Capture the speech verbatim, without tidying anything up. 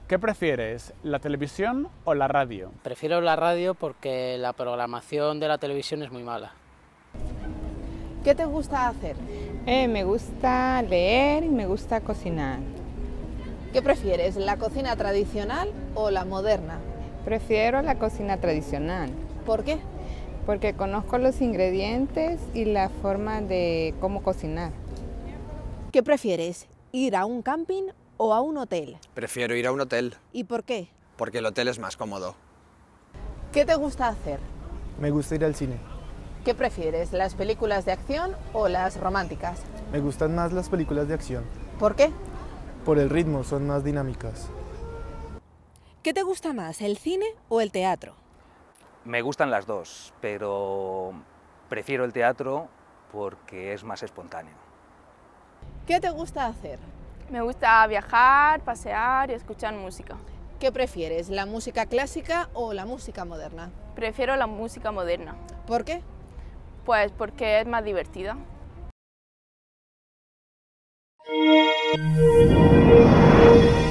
¿Qué prefieres, la televisión o la radio? Prefiero la radio porque la programación de la televisión es muy mala. ¿Qué te gusta hacer? Eh, me gusta leer y me gusta cocinar. ¿Qué prefieres, la cocina tradicional o la moderna? Prefiero la cocina tradicional. ¿Por qué? Porque conozco los ingredientes y la forma de cómo cocinar. ¿Qué prefieres, ir a un camping o a un hotel? Prefiero ir a un hotel. ¿Y por qué? Porque el hotel es más cómodo. ¿Qué te gusta hacer? Me gusta ir al cine. ¿Qué prefieres, las películas de acción o las románticas? Me gustan más las películas de acción. ¿Por qué? Por el ritmo, son más dinámicas. ¿Qué te gusta más, el cine o el teatro? Me gustan las dos, pero prefiero el teatro porque es más espontáneo. ¿Qué te gusta hacer? Me gusta viajar, pasear y escuchar música. ¿Qué prefieres, la música clásica o la música moderna? Prefiero la música moderna. ¿Por qué? Pues porque es más divertida. Thank you.